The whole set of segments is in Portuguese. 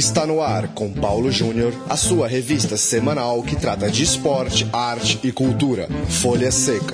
Está no ar com Paulo Júnior, a sua revista semanal que trata de esporte, arte e cultura. Folha Seca.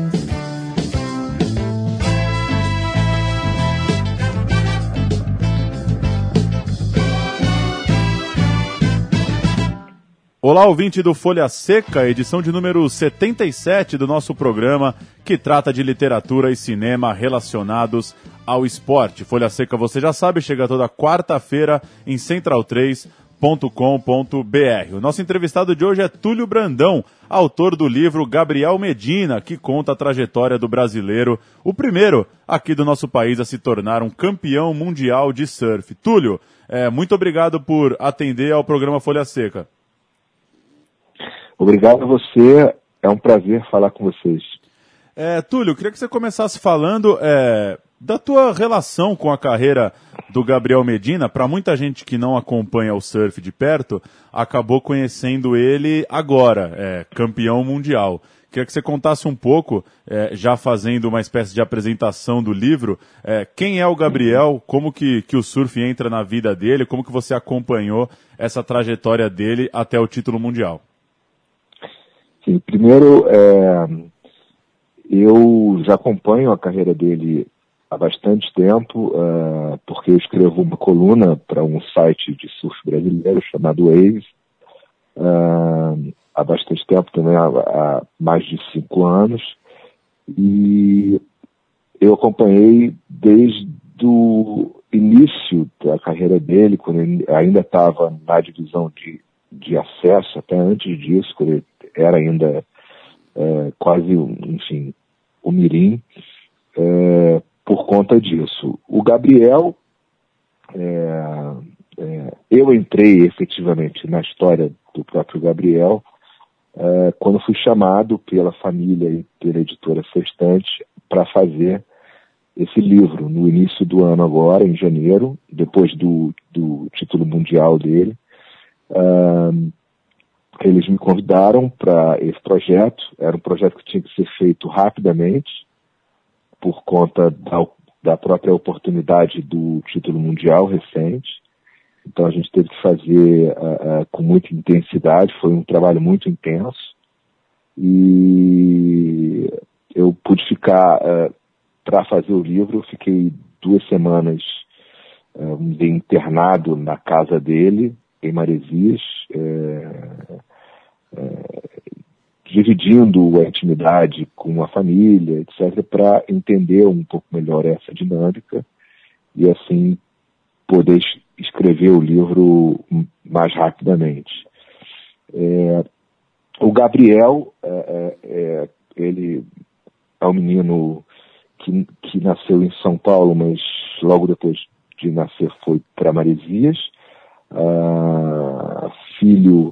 Olá, ouvinte do Folha Seca, edição de número 77 do nosso programa, que trata de literatura e cinema relacionados ao esporte. Folha Seca, você já sabe, chega toda quarta-feira em central3.com.br. O nosso entrevistado de hoje é Túlio Brandão, autor do livro Gabriel Medina, que conta a trajetória do brasileiro, o primeiro aqui do nosso país a se tornar um campeão mundial de surf. Túlio, muito obrigado por atender ao programa Folha Seca. Obrigado a você, é um prazer falar com vocês. Túlio, queria que você começasse falando da tua relação com a carreira do Gabriel Medina. Para muita gente que não acompanha o surf de perto, acabou conhecendo ele agora, campeão mundial. Queria que você contasse um pouco, já fazendo uma espécie de apresentação do livro, quem é o Gabriel, como que o surf entra na vida dele, como que você acompanhou essa trajetória dele até o título mundial. Sim, primeiro, eu já acompanho a carreira dele há bastante tempo, porque eu escrevo uma coluna para um site de surf brasileiro chamado Waves, há bastante tempo também, há mais de 5 anos, e eu acompanhei desde o início da carreira dele, quando ele ainda estava na divisão de acesso, até antes disso, quando ele era ainda quase, enfim, o mirim, por conta disso. O Gabriel, eu entrei efetivamente na história do próprio Gabriel quando fui chamado pela família e pela editora Sextante para fazer esse livro no início do ano agora, em janeiro, depois do título mundial dele. Eles me convidaram para esse projeto. Era um projeto que tinha que ser feito rapidamente, por conta da própria oportunidade do título mundial recente. Então a gente teve que fazer com muita intensidade, foi um trabalho muito intenso. E eu pude ficar, para fazer o livro, eu fiquei 2 semanas internado na casa dele, em Maresias, dividindo a intimidade com a família, etc., para entender um pouco melhor essa dinâmica e assim poder escrever o livro mais rapidamente. O Gabriel, ele é um menino que nasceu em São Paulo, mas logo depois de nascer foi para Maresias, filho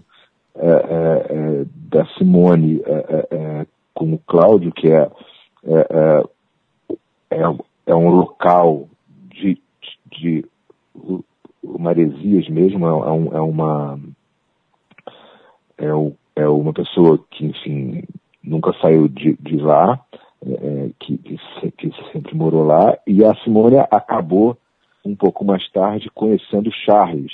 da Simone com o Cláudio, que é um local de Maresias mesmo, é uma pessoa que, enfim, nunca saiu de lá, que sempre morou lá, e a Simone acabou um pouco mais tarde conhecendo Charles,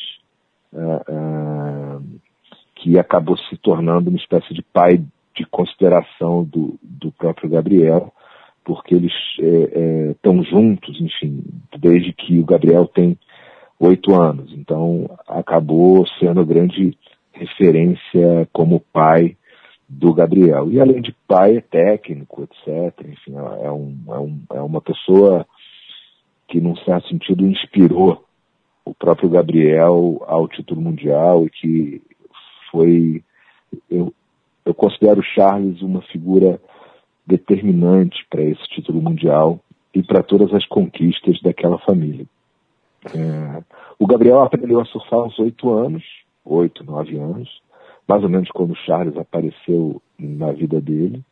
que acabou se tornando uma espécie de pai de consideração do próprio Gabriel, porque eles estão juntos, enfim, desde que o Gabriel tem 8 anos. Então, acabou sendo a grande referência como pai do Gabriel. E, além de pai, é técnico, etc. Enfim, é uma pessoa que, num certo sentido, inspirou o próprio Gabriel ao título mundial e que foi... Eu considero o Charles uma figura determinante para esse título mundial e para todas as conquistas daquela família. O Gabriel aprendeu a surfar aos 8 anos, 8, 9 anos, mais ou menos quando o Charles apareceu na vida dele.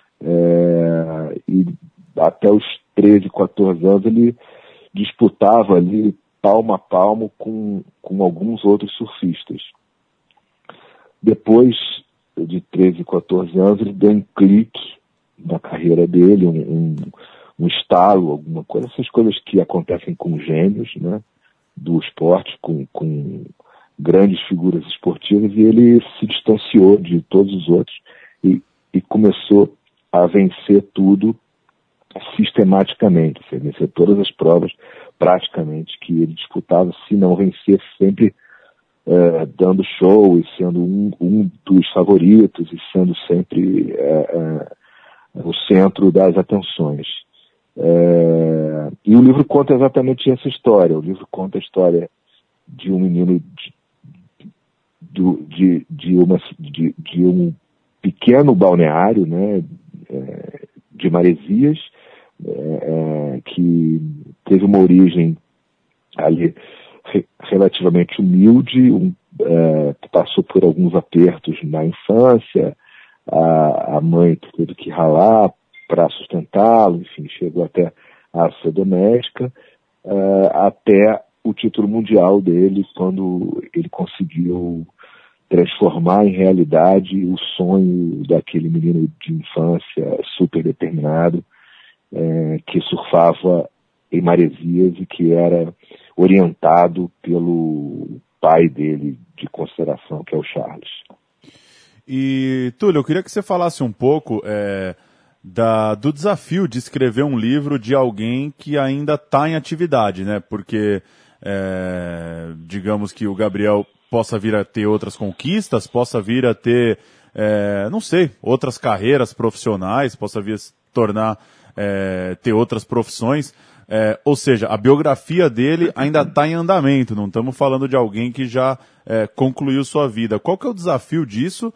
E até os 13, 14 anos ele disputava ali palmo a palmo com alguns outros surfistas. Depois de 13, 14 anos, ele deu um clique na carreira dele, um estalo, alguma coisa, essas coisas que acontecem com gênios, né, do esporte, com grandes figuras esportivas, e ele se distanciou de todos os outros e começou a vencer tudo sistematicamente, ou seja, vencer todas as provas praticamente que ele disputava, se não vencer, sempre dando show e sendo um dos favoritos e sendo sempre o centro das atenções. E o livro conta exatamente essa história. O livro conta a história de um menino de um pequeno balneário, né, de Maresias, que teve uma origem ali relativamente humilde, passou por alguns apertos na infância, a mãe teve que ralar para sustentá-lo, enfim, chegou até a ser doméstica, até o título mundial dele, quando ele conseguiu transformar em realidade o sonho daquele menino de infância super determinado, que surfava em Maresias e que era orientado pelo pai dele de consideração, que é o Charles. E, Túlio, eu queria que você falasse um pouco do desafio de escrever um livro de alguém que ainda está em atividade, né? Porque, digamos que o Gabriel possa vir a ter outras conquistas, possa vir a ter, não sei, outras carreiras profissionais, possa vir a se tornar, ter outras profissões. Ou seja, a biografia dele ainda está em andamento, não estamos falando de alguém que já concluiu sua vida. Qual que é o desafio disso?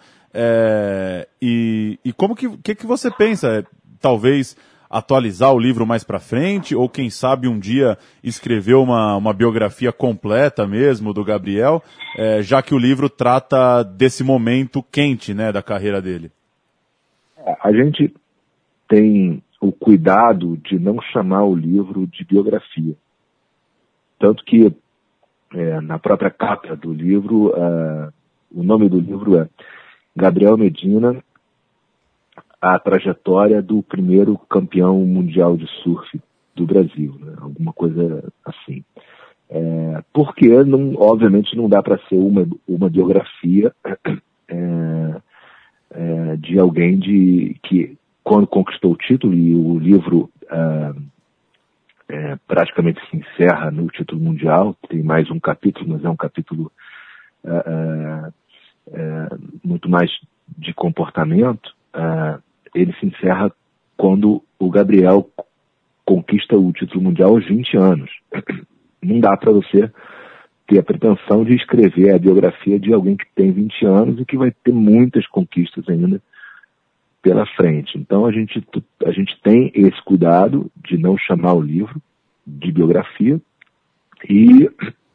E como que você pensa? Talvez atualizar o livro mais para frente, ou quem sabe um dia escrever uma biografia completa mesmo do Gabriel, já que o livro trata desse momento quente, né, da carreira dele. A gente tem o cuidado de não chamar o livro de biografia. Tanto que na própria capa do livro, o nome do livro é Gabriel Medina, a trajetória do primeiro campeão mundial de surf do Brasil, né? Alguma coisa assim. Porque, obviamente, não dá para ser uma biografia de alguém que, quando conquistou o título, e o livro praticamente se encerra no título mundial, tem mais um capítulo, mas é um capítulo muito mais de comportamento. Ele se encerra quando o Gabriel conquista o título mundial aos 20 anos. Não dá para você ter a pretensão de escrever a biografia de alguém que tem 20 anos e que vai ter muitas conquistas ainda pela frente. Então a gente tem esse cuidado de não chamar o livro de biografia e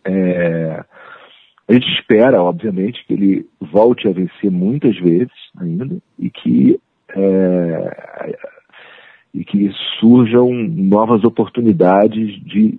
a gente espera, obviamente, que ele volte a vencer muitas vezes ainda e que surjam novas oportunidades de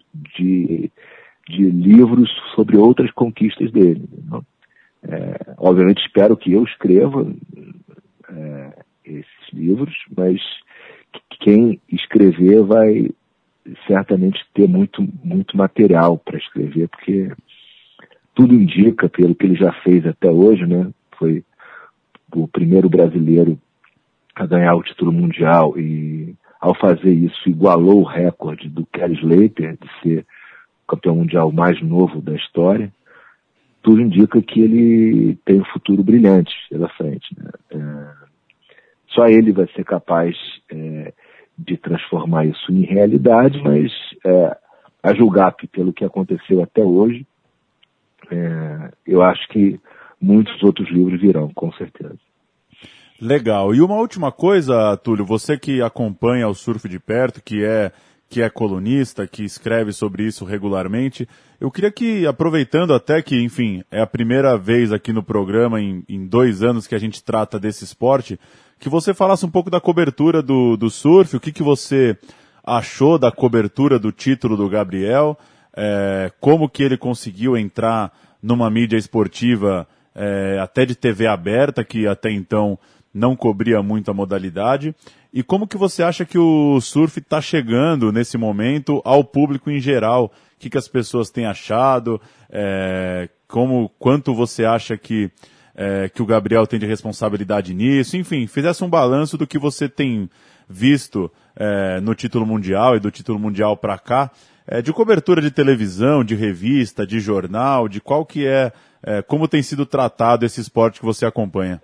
livros sobre outras conquistas dele. Obviamente espero que eu escreva esses livros, mas quem escrever vai certamente ter muito material para escrever, porque tudo indica, pelo que ele já fez até hoje, né? Foi o primeiro brasileiro a ganhar o título mundial e, ao fazer isso, igualou o recorde do Kelly Slater de ser o campeão mundial mais novo da história. Tudo indica que ele tem um futuro brilhante pela frente, né? Só ele vai ser capaz de transformar isso em realidade, mas a julgar pelo que aconteceu até hoje, eu acho que muitos outros livros virão, com certeza. Legal. E uma última coisa, Túlio, você que acompanha o surf de perto, que é colunista, que escreve sobre isso regularmente, eu queria que, aproveitando até que, enfim, é a primeira vez aqui no programa em 2 anos que a gente trata desse esporte, que você falasse um pouco da cobertura do surf, o que você achou da cobertura do título do Gabriel, como que ele conseguiu entrar numa mídia esportiva até de TV aberta, que até então não cobria muito a modalidade, e como que você acha que o surf está chegando nesse momento ao público em geral? O que as pessoas têm achado? quanto você acha que o Gabriel tem de responsabilidade nisso, enfim, fizesse um balanço do que você tem visto no título mundial e do título mundial para cá, de cobertura de televisão, de revista, de jornal, de qual que como tem sido tratado esse esporte que você acompanha.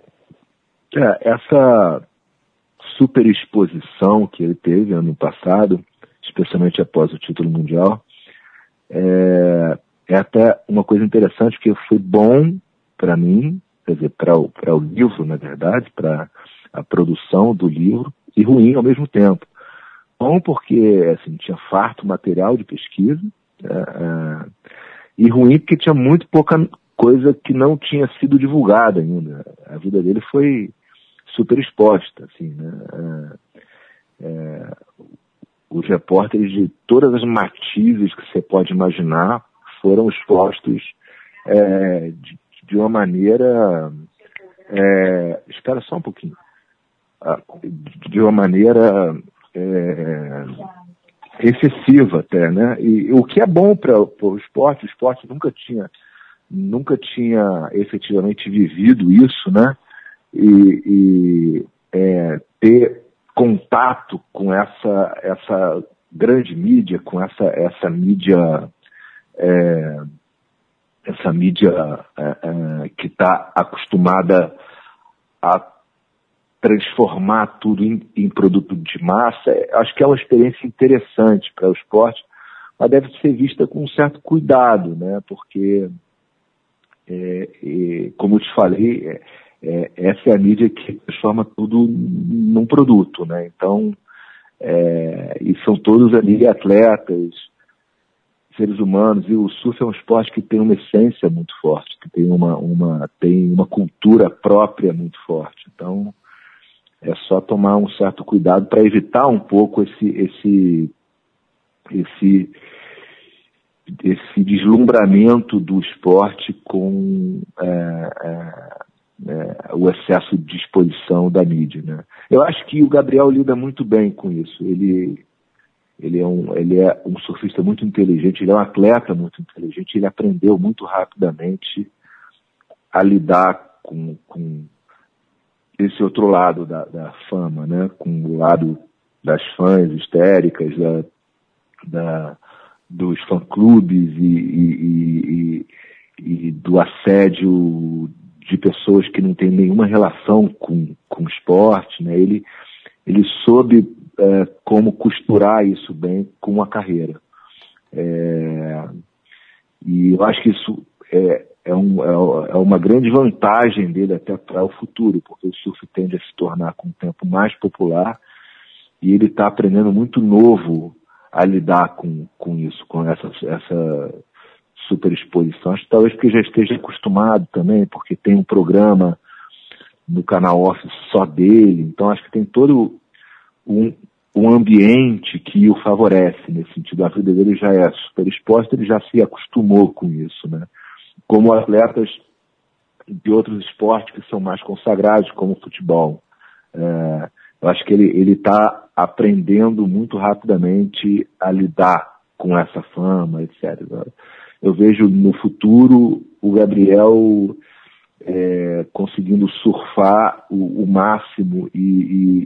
Essa superexposição que ele teve ano passado, especialmente após o título mundial, é até uma coisa interessante, que foi bom para mim, quer dizer, para o livro, na verdade, para a produção do livro, e ruim ao mesmo tempo. Bom porque assim, tinha farto material de pesquisa, e ruim porque tinha muito pouca coisa que não tinha sido divulgada ainda. A vida dele foi super exposta, assim, né? Os repórteres de todas as matizes que você pode imaginar foram expostos de uma maneira... espera só um pouquinho. De uma maneira excessiva até, né? E o que é bom para o esporte nunca tinha efetivamente vivido isso, né? E ter contato com essa grande mídia, com essa mídia que está acostumada a transformar tudo em produto de massa. Acho que é uma experiência interessante para o esporte, mas deve ser vista com um certo cuidado, né? Porque, como eu te falei, essa é a mídia que transforma tudo num produto, né? Então, e são todos ali atletas, seres humanos, e o surf é um esporte que tem uma essência muito forte, que tem uma cultura própria muito forte. Então, é só tomar um certo cuidado para evitar um pouco esse deslumbramento do esporte com o excesso de exposição da mídia, né? Eu acho que o Gabriel lida muito bem com isso. Ele é um surfista muito inteligente, ele é um atleta muito inteligente, ele aprendeu muito rapidamente a lidar com esse outro lado da fama, né? Com o lado das fãs histéricas, dos fã-clubes e do assédio de pessoas que não têm nenhuma relação com o esporte, né? Ele soube como costurar isso bem com a carreira. E eu acho que isso é uma grande vantagem dele até para o futuro, porque o surf tende a se tornar com o tempo mais popular, e ele está aprendendo muito novo a lidar com isso, com essa superexposição. Acho que talvez porque já esteja acostumado também, porque tem um programa no canal off só dele, então acho que tem todo um ambiente que o favorece nesse sentido. A vida dele já é superexposta, ele já se acostumou com isso, né? Como atletas de outros esportes que são mais consagrados, como o futebol. Eu acho que ele está aprendendo muito rapidamente a lidar com essa fama, etc. Eu vejo no futuro o Gabriel conseguindo surfar o máximo e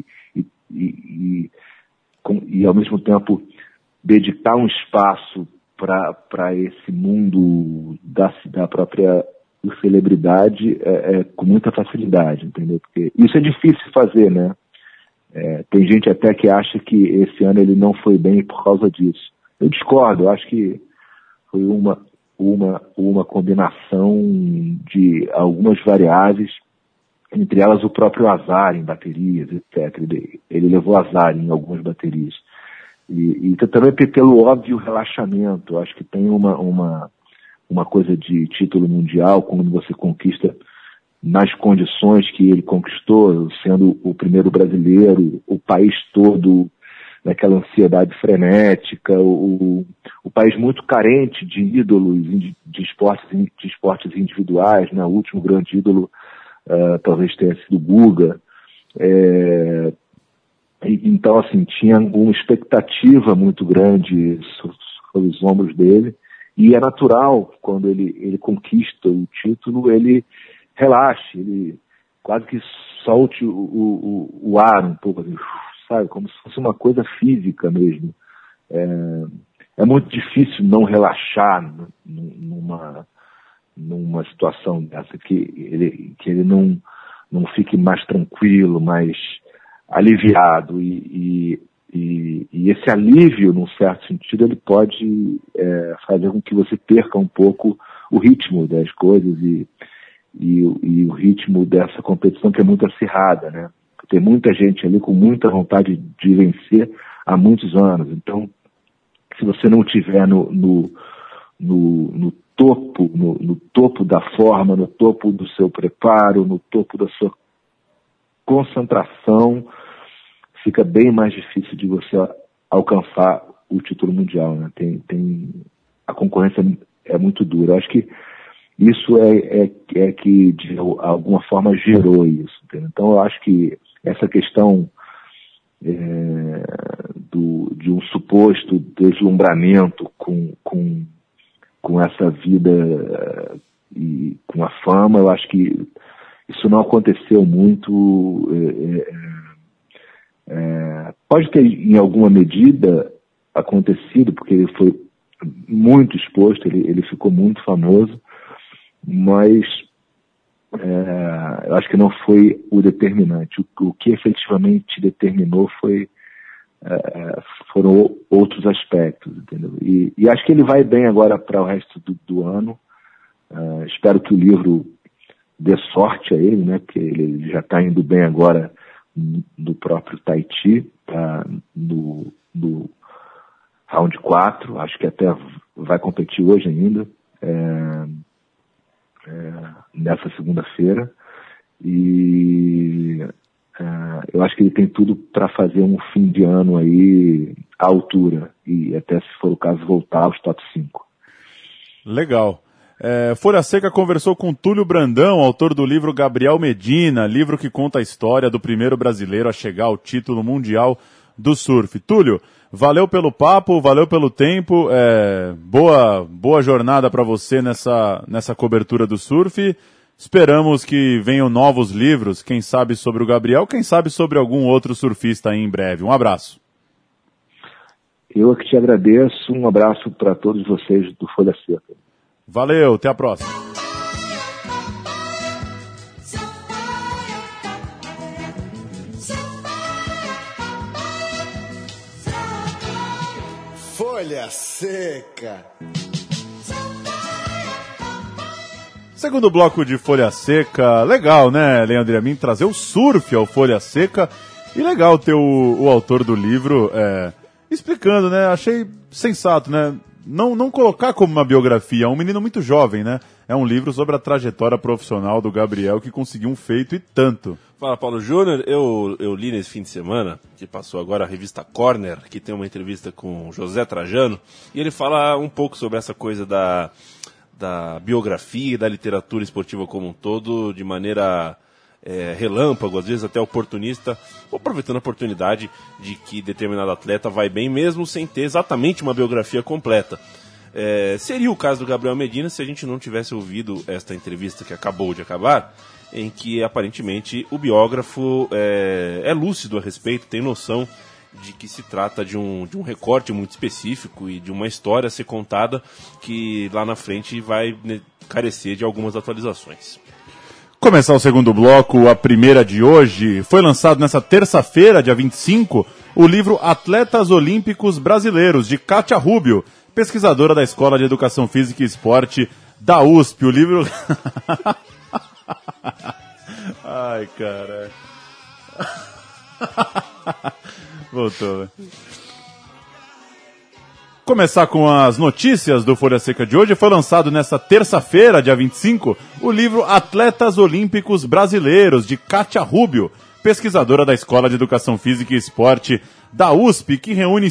ao mesmo tempo dedicar um espaço para esse mundo da própria celebridade com muita facilidade, entendeu? Porque isso é difícil fazer, né? Tem gente até que acha que esse ano ele não foi bem por causa disso. Eu discordo, eu acho que foi uma combinação de algumas variáveis, entre elas o próprio azar em baterias, etc. Ele levou azar em algumas baterias. E também pelo óbvio relaxamento. Acho que tem uma coisa de título mundial, quando você conquista nas condições que ele conquistou, sendo o primeiro brasileiro, o país todo naquela ansiedade frenética, o país muito carente de ídolos de esportes individuais, né? O último grande ídolo talvez tenha sido o Guga. Então, assim, tinha uma expectativa muito grande sobre os ombros dele, E é natural, quando ele conquista o título, ele relaxe, ele quase que solte o ar um pouco, assim, sabe? Como se fosse uma coisa física mesmo. É muito difícil não relaxar numa situação dessa, que ele não fique mais tranquilo, mais aliviado. E esse alívio, num certo sentido, ele pode fazer com que você perca um pouco o ritmo das coisas e o ritmo dessa competição, que é muito acirrada, né? Tem muita gente ali com muita vontade de vencer há muitos anos. Então, se você não estiver no topo da forma, no topo do seu preparo, no topo da sua concentração, fica bem mais difícil de você alcançar o título mundial, né? A concorrência é muito dura. Eu acho que isso é que, de alguma forma, gerou isso. Entendeu? Então, eu acho que essa questão de um suposto deslumbramento com essa vida e com a fama, eu acho que isso não aconteceu muito. Pode ter, em alguma medida, acontecido, porque ele foi muito exposto, ele ficou muito famoso, mas eu acho que não foi o determinante. O que efetivamente determinou foram outros aspectos, entendeu? E acho que ele vai bem agora para o resto do ano. Espero que o livro dê sorte a ele, né? Porque ele já está indo bem agora no próprio Tahiti, no round 4, acho que até vai competir hoje ainda, nessa segunda-feira, e eu acho que ele tem tudo para fazer um fim de ano aí à altura, e até, se for o caso, voltar aos top 5. Legal. Folha Seca conversou com Túlio Brandão, autor do livro Gabriel Medina, livro que conta a história do primeiro brasileiro a chegar ao título mundial do surf. Túlio, valeu pelo papo, valeu pelo tempo, boa jornada para você nessa cobertura do surf. Esperamos que venham novos livros, quem sabe sobre o Gabriel, quem sabe sobre algum outro surfista aí em breve. Um abraço. Eu é que te agradeço, um abraço para todos vocês do Folha Seca. Valeu, até a próxima. Folha Seca. Segundo bloco de Folha Seca, legal, né, Leandro Amin, trazer o surf ao Folha Seca, e legal ter o autor do livro explicando, né, achei sensato, né, não colocar como uma biografia, é um menino muito jovem, né, é um livro sobre a trajetória profissional do Gabriel, que conseguiu um feito e tanto. Fala, Paulo Júnior, eu li nesse fim de semana, que passou agora a revista Corner, que tem uma entrevista com José Trajano, e ele fala um pouco sobre essa coisa da biografia, da literatura esportiva como um todo, de maneira relâmpago, às vezes até oportunista, aproveitando a oportunidade de que determinado atleta vai bem mesmo sem ter exatamente uma biografia completa. Seria o caso do Gabriel Medina se a gente não tivesse ouvido esta entrevista que acabou de acabar, em que aparentemente o biógrafo é lúcido a respeito, tem noção de que se trata de um recorte muito específico e de uma história a ser contada que lá na frente vai carecer de algumas atualizações. Começar o segundo bloco, a primeira de hoje, foi lançado nessa terça-feira, dia 25, o livro Atletas Olímpicos Brasileiros, de Kátia Rubio, pesquisadora da Escola de Educação Física e Esporte da USP. O livro... Ai, cara. Voltou, né? Começar com as notícias do Folha Seca de hoje. Foi lançado nesta terça-feira, dia 25, o livro Atletas Olímpicos Brasileiros, de Kátia Rubio, pesquisadora da Escola de Educação Física e Esporte da USP, que reúne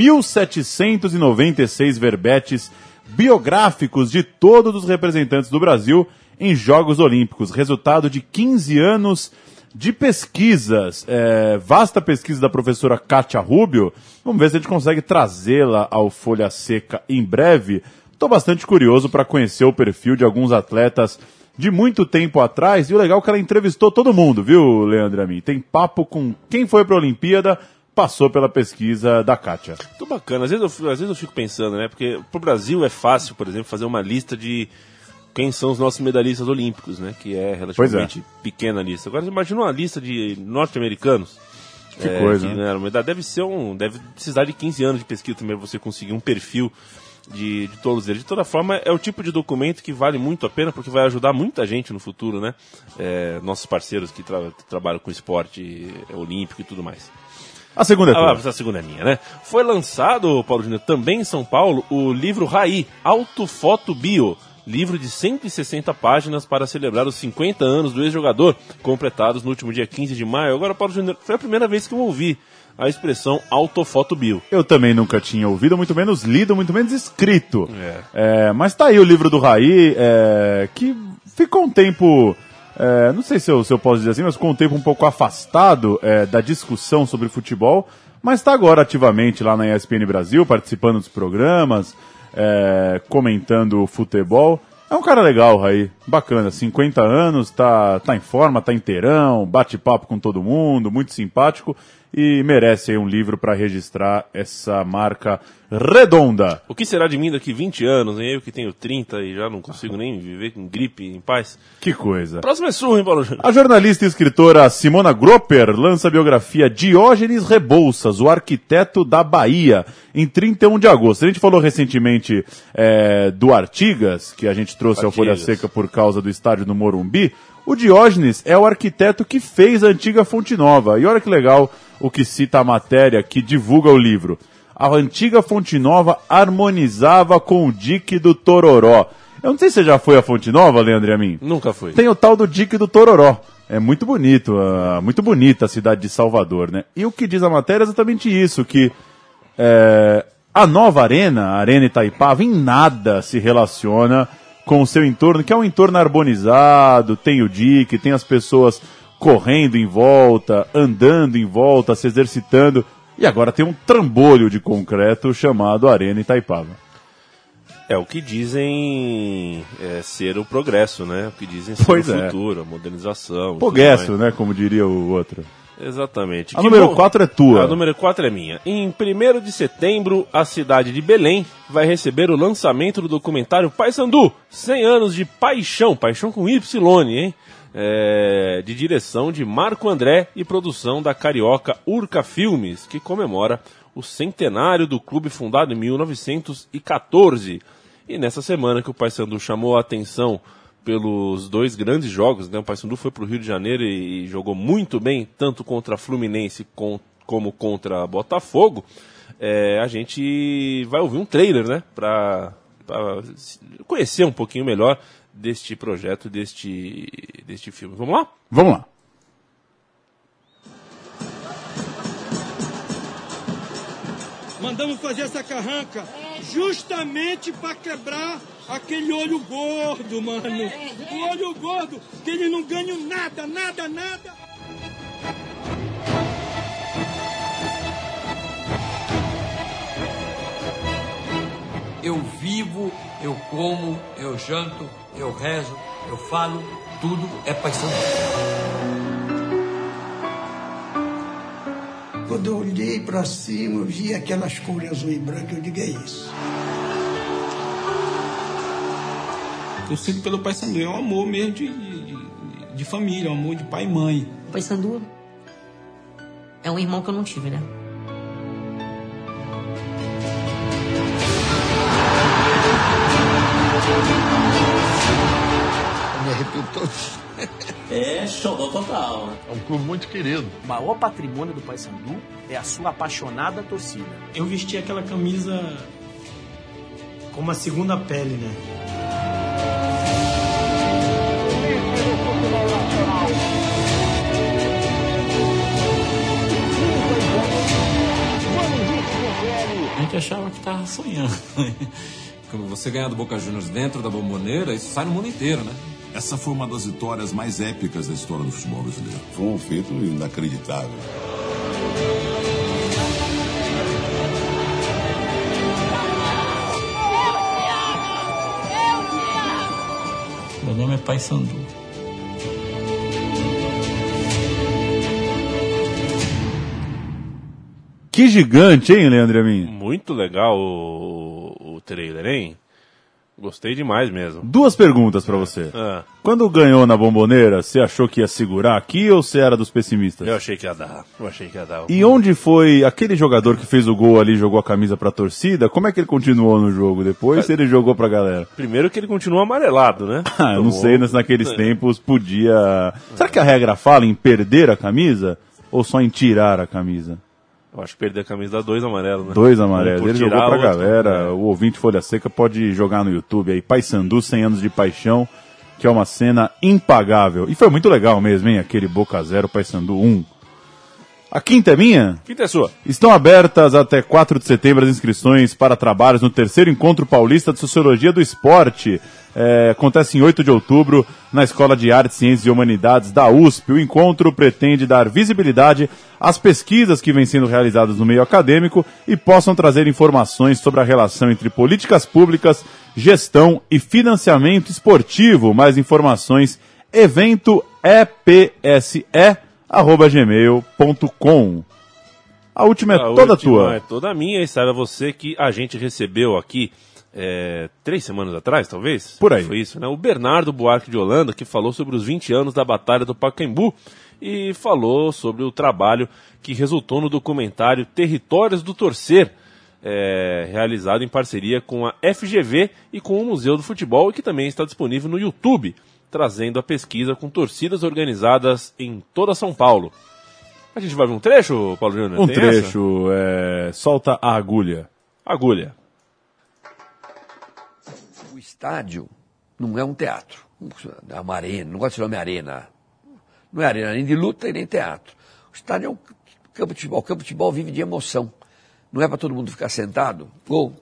1.796 verbetes biográficos de todos os representantes do Brasil em Jogos Olímpicos, resultado de 15 anos de pesquisas, vasta pesquisa da professora Kátia Rubio. Vamos ver se a gente consegue trazê-la ao Folha Seca em breve. estou bastante curioso para conhecer o perfil de alguns atletas de muito tempo atrás, e o legal é que ela entrevistou todo mundo, viu, Leandro Amin? Tem papo com quem foi para a Olimpíada, passou pela pesquisa da Kátia. Muito bacana. Às vezes eu fico pensando, né? Porque pro Brasil é fácil, por exemplo, fazer uma lista de quem são os nossos medalhistas olímpicos, né? Que é relativamente pequena a lista. Agora, imagina uma lista de norte-americanos. Que coisa, que, né? Deve precisar de 15 anos de pesquisa também para você conseguir um perfil de todos eles. De toda forma, é o tipo de documento que vale muito a pena, porque vai ajudar muita gente no futuro, né? Nossos parceiros que trabalham com esporte olímpico e tudo mais. A segunda é tua. A segunda é minha, né? Foi lançado, Paulo Júnior, também em São Paulo, o livro Raí, Autofoto Bio, livro de 160 páginas para celebrar os 50 anos do ex-jogador, completados no último dia 15 de maio. Agora, Paulo Júnior, foi a primeira vez que eu ouvi a expressão autofoto bio. Eu também nunca tinha ouvido, muito menos lido, muito menos escrito. Mas tá aí o livro do Raí, que ficou um tempo... não sei se eu posso dizer assim, mas ficou um tempo um pouco afastado da discussão sobre futebol, mas está agora ativamente lá na ESPN Brasil, participando dos programas, comentando futebol. É um cara legal, Raí, bacana, 50 anos, tá em forma, tá inteirão, bate papo com todo mundo, muito simpático e merece aí um livro para registrar essa marca redonda. O que será de mim daqui 20 anos, hein? Eu que tenho 30 e já não consigo nem viver com gripe em paz. Que coisa. Próximo é surro, hein, Paulo Júnior? A jornalista e escritora Simona Gropper lança a biografia Diógenes Rebouças, o arquiteto da Bahia, em 31 de agosto. A gente falou recentemente do Artigas, que a gente trouxe ao Folha Seca por causa do estádio do Morumbi. O Diógenes é o arquiteto que fez a antiga Fonte Nova. E olha que legal o que cita a matéria que divulga o livro. A antiga Fonte Nova harmonizava com o dique do Tororó. Eu não sei se você já foi à Fonte Nova, Leandro Amin. Nunca fui. Tem o tal do dique do Tororó. É muito bonito, muito bonita a cidade de Salvador, né? E o que diz a matéria é exatamente isso, que a nova arena, a Arena Itaipava, em nada se relaciona com o seu entorno, que é um entorno harmonizado, tem o dique, tem as pessoas correndo em volta, andando em volta, se exercitando, e agora tem um trambolho de concreto chamado Arena Itaipava. É o que dizem ser o progresso, né? O que dizem ser o futuro, a modernização. Progresso, né? Como diria o outro. Exatamente. A número 4 é tua. A número 4 é minha. Em 1º de setembro, a cidade de Belém vai receber o lançamento do documentário Paysandu, 100 anos de paixão, paixão com Y, hein? De direção de Marco André e produção da carioca Urca Filmes, que comemora o centenário do clube fundado em 1914. E nessa semana que o Paysandu chamou a atenção pelos 2 grandes jogos, né? O Paysandu foi para o Rio de Janeiro e jogou muito bem, tanto contra a Fluminense como contra a Botafogo. A gente vai ouvir um trailer, né? Para conhecer um pouquinho melhor deste projeto, deste filme. Vamos lá? Vamos lá. Mandamos fazer essa carranca justamente para quebrar aquele olho gordo, mano. O olho gordo, que eles não ganham nada. Eu vivo, eu como, eu janto, eu rezo, eu falo, tudo é Paysandu. Quando eu olhei para cima, eu vi aquelas cores azul e branco, eu digo, é isso. Eu sinto pelo Paysandu, é um amor mesmo de família, um amor de pai e mãe. O Paysandu é um irmão que eu não tive, né? Eu me arrepio todo. É xodó total. É um clube muito querido. O maior patrimônio do Paysandu é a sua apaixonada torcida. Eu vesti aquela camisa como uma segunda pele, né? A gente achava que tava sonhando. Quando você ganhar do Boca Juniors dentro da Bombonera, isso sai no mundo inteiro, né? Essa foi uma das vitórias mais épicas da história do futebol brasileiro. Foi um feito inacreditável. mesmo é Paysandu. Que gigante, hein, Leandro Amin? Muito legal o trailer, hein? Gostei demais mesmo. 2 perguntas pra você. Quando ganhou na Bomboneira, você achou que ia segurar aqui ou você era dos pessimistas? Eu achei que ia dar. E onde foi aquele jogador que fez o gol ali, jogou a camisa pra torcida? Como é que ele continuou no jogo depois? Se ele jogou pra galera? Primeiro que ele continua amarelado, né? Eu não sei, mas naqueles tempos podia... Será que a regra fala em perder a camisa ou só em tirar a camisa? Eu acho que perder a camisa dá 2 amarelos, né? 2 amarelos. Ele jogou pra outro, galera. O ouvinte Folha Seca pode jogar no YouTube aí. Paysandu, 100 anos de paixão, que é uma cena impagável. E foi muito legal mesmo, hein? Aquele Boca 0, Paysandu 1. A quinta é minha? Quinta é sua. Estão abertas até 4 de setembro as inscrições para trabalhos no 3º Encontro Paulista de Sociologia do Esporte. Acontece em 8 de outubro na Escola de Artes, Ciências e Humanidades da USP. O encontro pretende dar visibilidade às pesquisas que vêm sendo realizadas no meio acadêmico e possam trazer informações sobre a relação entre políticas públicas, gestão e financiamento esportivo. Mais informações, evento epse@gmail.com. A última é toda tua. É toda minha, e saiba você que a gente recebeu aqui 3 semanas atrás, talvez? Por aí. Foi isso, né? O Bernardo Buarque de Holanda, que falou sobre os 20 anos da Batalha do Pacaembu e falou sobre o trabalho que resultou no documentário Territórios do Torcer, realizado em parceria com a FGV e com o Museu do Futebol, e que também está disponível no YouTube, trazendo a pesquisa com torcidas organizadas em toda São Paulo. A gente vai ver um trecho, Paulo Júnior? Um trecho, solta a agulha. Agulha. O estádio não é um teatro. É uma arena, não gosto de nome arena. Não é arena nem de luta e nem teatro. O estádio é um campo de futebol. O campo de futebol vive de emoção. Não é para todo mundo ficar sentado. Gol.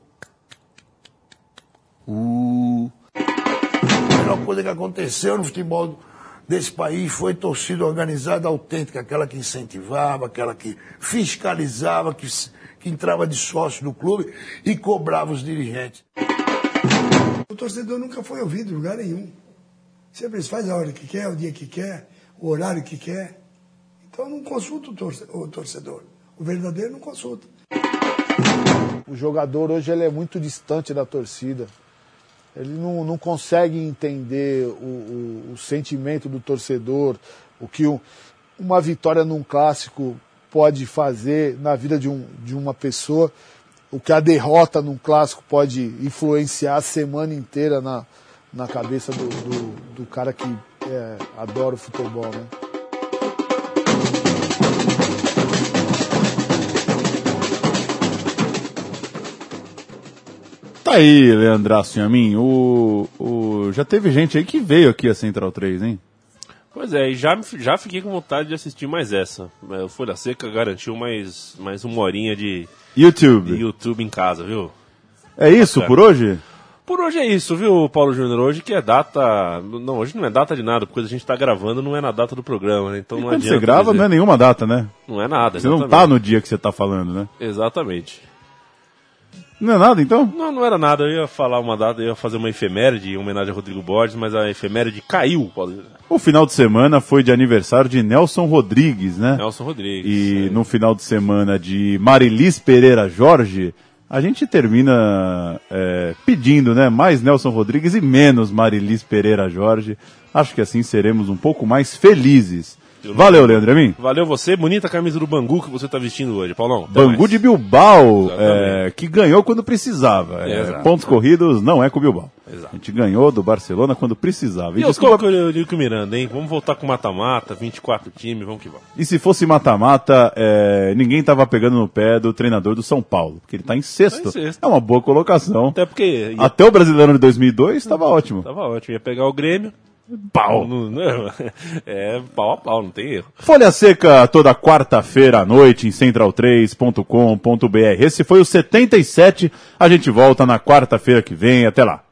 A melhor coisa que aconteceu no futebol desse país foi torcida organizada autêntica, aquela que incentivava, aquela que fiscalizava, que entrava de sócio no clube e cobrava os dirigentes. O torcedor nunca foi ouvido em lugar nenhum. Sempre eles fazem a hora que quer, o dia que quer, o horário que quer. Então não consulta o torcedor. O verdadeiro não consulta. O jogador hoje ele é muito distante da torcida. Ele não consegue entender o sentimento do torcedor, o que uma vitória num clássico pode fazer na vida de uma pessoa, o que a derrota num clássico pode influenciar a semana inteira na cabeça do cara que adora o futebol, né? Tá aí, Leandraço e a mim. Já teve gente aí que veio aqui a Central 3, hein? Pois é, e já fiquei com vontade de assistir mais essa. O Folha Seca garantiu mais 1 horinha de YouTube em casa, viu? É isso por hoje? Por hoje é isso, viu, Paulo Júnior? Hoje que é data... Não, hoje não é data de nada, porque a gente tá gravando não é na data do programa, né? Então e não quando adianta você grava dizer. não é nenhuma data, né? Não é nada, Você exatamente. não tá no dia que você tá falando, né? Exatamente. Não é nada, então? Não era nada. Eu ia falar uma data, eu ia fazer uma efeméride em homenagem a Rodrigo Borges, mas a efeméride caiu, Paulo Júnior. O final de semana foi de aniversário de Nelson Rodrigues, né? Nelson Rodrigues. E no final de semana de Marilis Pereira Jorge, a gente termina pedindo, né? Mais Nelson Rodrigues e menos Marilis Pereira Jorge. Acho que assim seremos um pouco mais felizes. Valeu, Leandro Amin. Valeu você, bonita camisa do Bangu que você está vestindo hoje, Paulão. Bangu de Bilbao, que ganhou quando precisava. Pontos corridos não é com o Bilbao. Exato. A gente ganhou do Barcelona quando precisava. E desculpa eu digo que o Miranda, hein? Vamos voltar com mata-mata, 24 times, vamos que vamos. E se fosse mata-mata, ninguém tava pegando no pé do treinador do São Paulo, porque ele tá em sexto. É uma boa colocação. Até porque... Até o Brasileirão de 2002 estava ótimo. Tava ótimo, ia pegar o Grêmio... Pau! Pau a pau, não tem erro. Folha Seca toda quarta-feira à noite em central3.com.br. Esse foi o 77. A gente volta na quarta-feira que vem. Até lá.